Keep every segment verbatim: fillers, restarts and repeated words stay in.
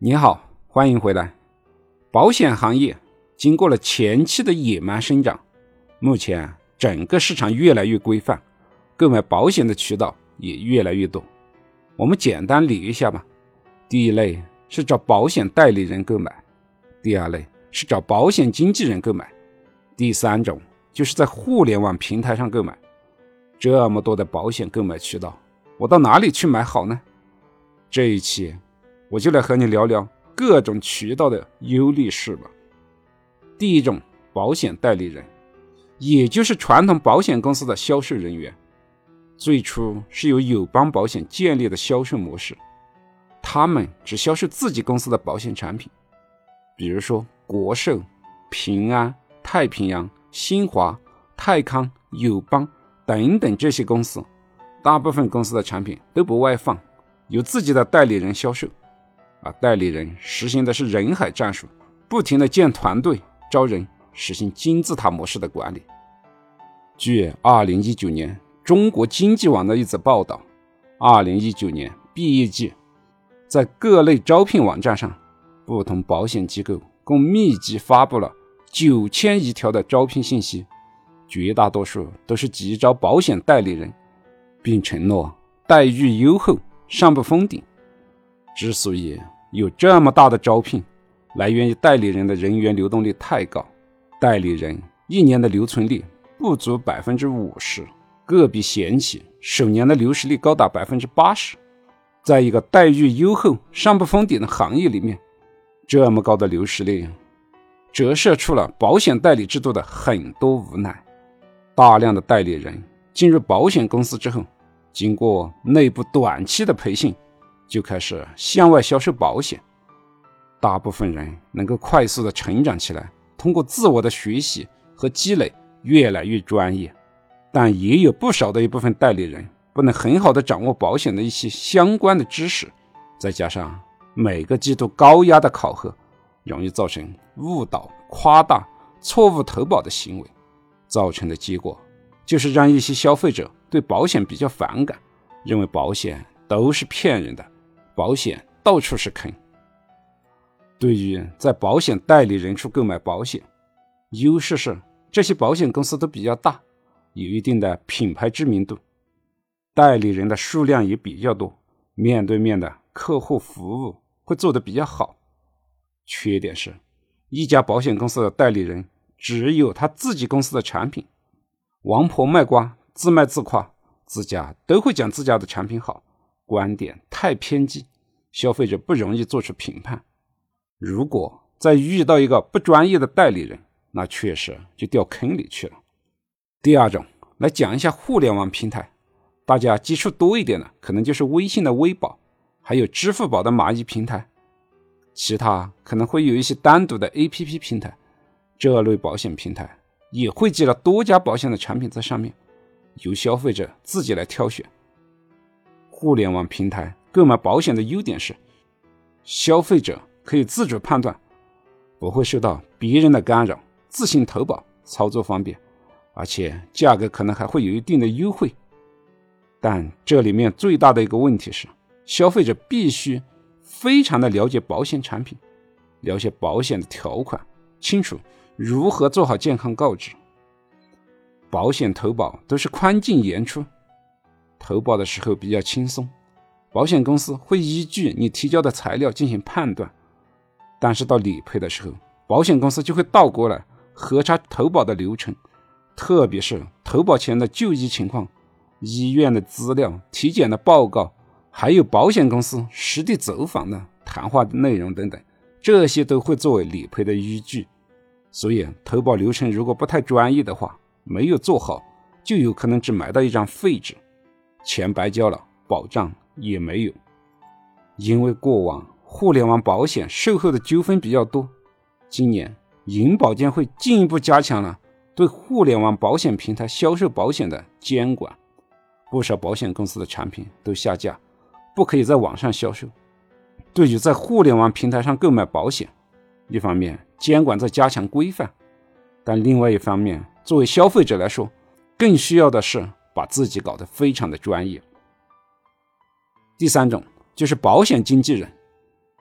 你好，欢迎回来。保险行业经过了前期的野蛮生长，目前整个市场越来越规范，购买保险的渠道也越来越多。我们简单理一下吧。第一类是找保险代理人购买，第二类是找保险经纪人购买，第三种就是在互联网平台上购买。这么多的保险购买渠道，我到哪里去买好呢？这一期我就来和你聊聊各种渠道的优劣势吧。第一种，保险代理人，也就是传统保险公司的销售人员。最初是由友邦保险建立的销售模式，他们只销售自己公司的保险产品，比如说国寿、平安、太平洋、新华、泰康、友邦等等这些公司，大部分公司的产品都不外放，由自己的代理人销售。而代理人实行的是人海战术，不停地建团队招人，实行金字塔模式的管理。据二零一九年中国经济网的一则报道，二零一九年毕业季，在各类招聘网站上，不同保险机构共密集发布了九千余条的招聘信息，绝大多数都是急招保险代理人，并承诺待遇优厚，上不封顶。之所以有这么大的招聘，来源于代理人的人员流动率太高，代理人一年的留存率不足 百分之五十， 个别险企首年的流失率高达 百分之八十。 在一个待遇优厚上不封顶的行业里面，这么高的流失率折射出了保险代理制度的很多无奈。大量的代理人进入保险公司之后，经过内部短期的培训，就开始向外销售保险。大部分人能够快速的成长起来，通过自我的学习和积累越来越专业，但也有不少的一部分代理人不能很好的掌握保险的一些相关的知识，再加上每个季度高压的考核，容易造成误导、夸大、错误投保的行为，造成的结果就是让一些消费者对保险比较反感，认为保险都是骗人的，保险到处是坑。对于在保险代理人处购买保险，优势是这些保险公司都比较大，有一定的品牌知名度，代理人的数量也比较多，面对面的客户服务会做得比较好。缺点是一家保险公司的代理人只有他自己公司的产品，王婆卖瓜，自卖自夸，自家都会讲自家的产品好，观点太偏激，消费者不容易做出评判。如果再遇到一个不专业的代理人，那确实就掉坑里去了。第二种，来讲一下互联网平台，大家接触多一点的可能就是微信的微保，还有支付宝的蚂蚁平台，其他可能会有一些单独的 A P P 平台。这类保险平台也汇集了多家保险的产品在上面，由消费者自己来挑选。互联网平台购买保险的优点是，消费者可以自主判断，不会受到别人的干扰，自行投保，操作方便，而且价格可能还会有一定的优惠。但这里面最大的一个问题是，消费者必须非常的了解保险产品，了解保险的条款，清楚如何做好健康告知。保险投保都是宽进严出，投保的时候比较轻松，保险公司会依据你提交的材料进行判断，但是到理赔的时候，保险公司就会倒过来核查投保的流程，特别是投保前的就医情况、医院的资料、体检的报告，还有保险公司实地走访的谈话的内容等等，这些都会作为理赔的依据。所以投保流程如果不太专业的话，没有做好，就有可能只买到一张废纸，钱白交了，保障也没有。因为过往互联网保险售后的纠纷比较多，今年银保监会进一步加强了对互联网保险平台销售保险的监管，不少保险公司的产品都下架，不可以在网上销售。对于在互联网平台上购买保险，一方面监管在加强规范，但另外一方面作为消费者来说，更需要的是把自己搞得非常的专业。第三种就是保险经纪人，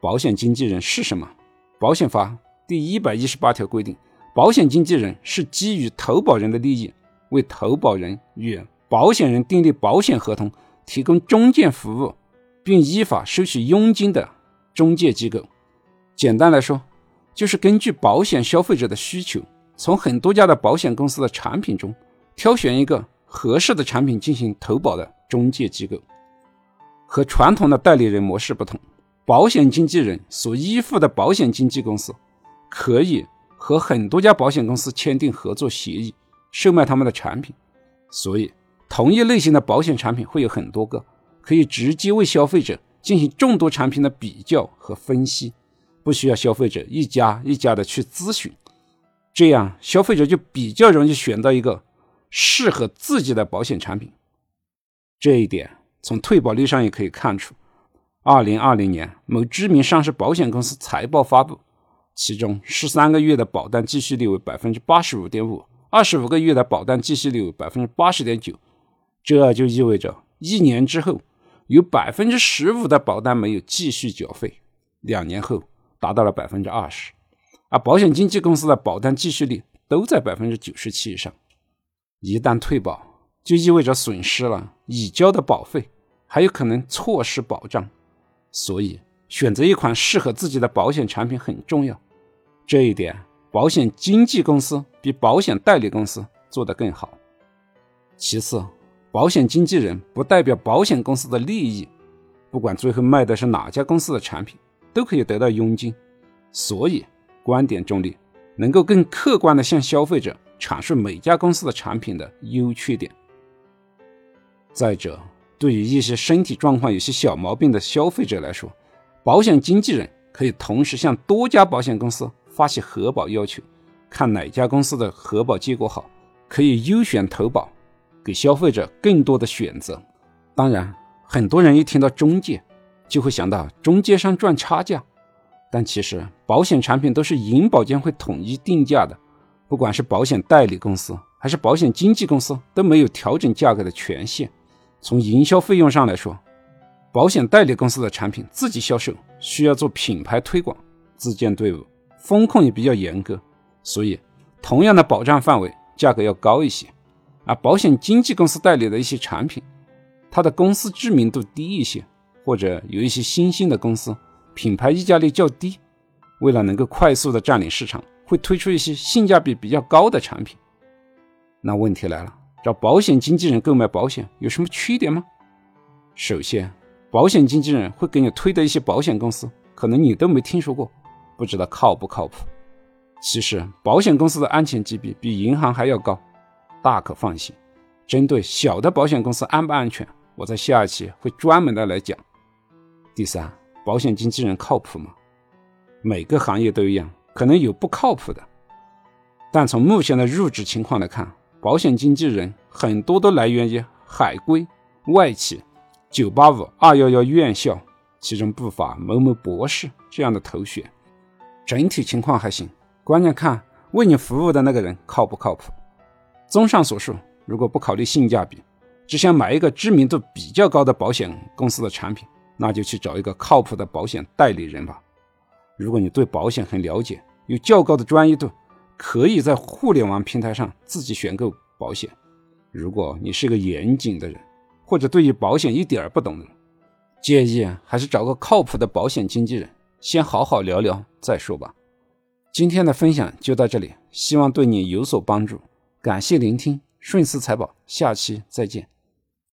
保险经纪人是什么？保险法第一百一十八条规定，保险经纪人是基于投保人的利益，为投保人与保险人订立保险合同，提供中介服务，并依法收取佣金的中介机构。简单来说，就是根据保险消费者的需求，从很多家的保险公司的产品中挑选一个合适的产品进行投保的中介机构。和传统的代理人模式不同，保险经纪人所依附的保险经纪公司可以和很多家保险公司签订合作协议，售卖他们的产品，所以同一类型的保险产品会有很多个，可以直接为消费者进行众多产品的比较和分析，不需要消费者一家一家的去咨询，这样消费者就比较容易选到一个适合自己的保险产品。这一点从退保率上也可以看出，二零二零年某知名上市保险公司财报发布，其中十三个月的保单继续率为 百分之八十五点五， 二十五个月的保单继续率为 百分之八十点九， 这就意味着一年之后有 百分之十五 的保单没有继续缴费，两年后达到了 百分之二十， 而保险经纪公司的保单继续率都在 百分之九十七 以上。一旦退保，就意味着损失了已交的保费，还有可能错失保障，所以选择一款适合自己的保险产品很重要。这一点保险经纪公司比保险代理公司做得更好。其次，保险经纪人不代表保险公司的利益，不管最后卖的是哪家公司的产品，都可以得到佣金，所以观点中立，能够更客观地向消费者阐述每家公司的产品的优缺点。再者，对于一些身体状况有些小毛病的消费者来说，保险经纪人可以同时向多家保险公司发起核保要求，看哪家公司的核保结果好，可以优选投保，给消费者更多的选择。当然，很多人一听到中介就会想到中介商赚差价，但其实保险产品都是银保监会统一定价的，不管是保险代理公司还是保险经纪公司都没有调整价格的权限。从营销费用上来说，保险代理公司的产品自己销售需要做品牌推广，自建队伍，风控也比较严格，所以同样的保障范围，价格要高一些。而保险经纪公司代理的一些产品，它的公司知名度低一些，或者有一些新兴的公司品牌溢价率较低，为了能够快速的占领市场，会推出一些性价比比较高的产品。那问题来了，找保险经纪人购买保险有什么缺点吗？首先，保险经纪人会给你推的一些保险公司，可能你都没听说过，不知道靠不靠谱。其实保险公司的安全级别比银行还要高，大可放心。针对小的保险公司安不安全，我在下一期会专门的来讲。第三，保险经纪人靠谱吗？每个行业都一样，可能有不靠谱的，但从目前的入职情况来看，保险经纪人很多都来源于海归、外企、九八五、二一一院校，其中不乏某某博士这样的头衔。整体情况还行，关键看为你服务的那个人靠不靠谱。综上所述，如果不考虑性价比，只想买一个知名度比较高的保险公司的产品，那就去找一个靠谱的保险代理人吧。如果你对保险很了解，有较高的专业度，可以在互联网平台上自己选购保险。如果你是个严谨的人，或者对于保险一点不懂的人，建议还是找个靠谱的保险经纪人，先好好聊聊再说吧。今天的分享就到这里，希望对你有所帮助。感谢聆听，顺思财宝，下期再见。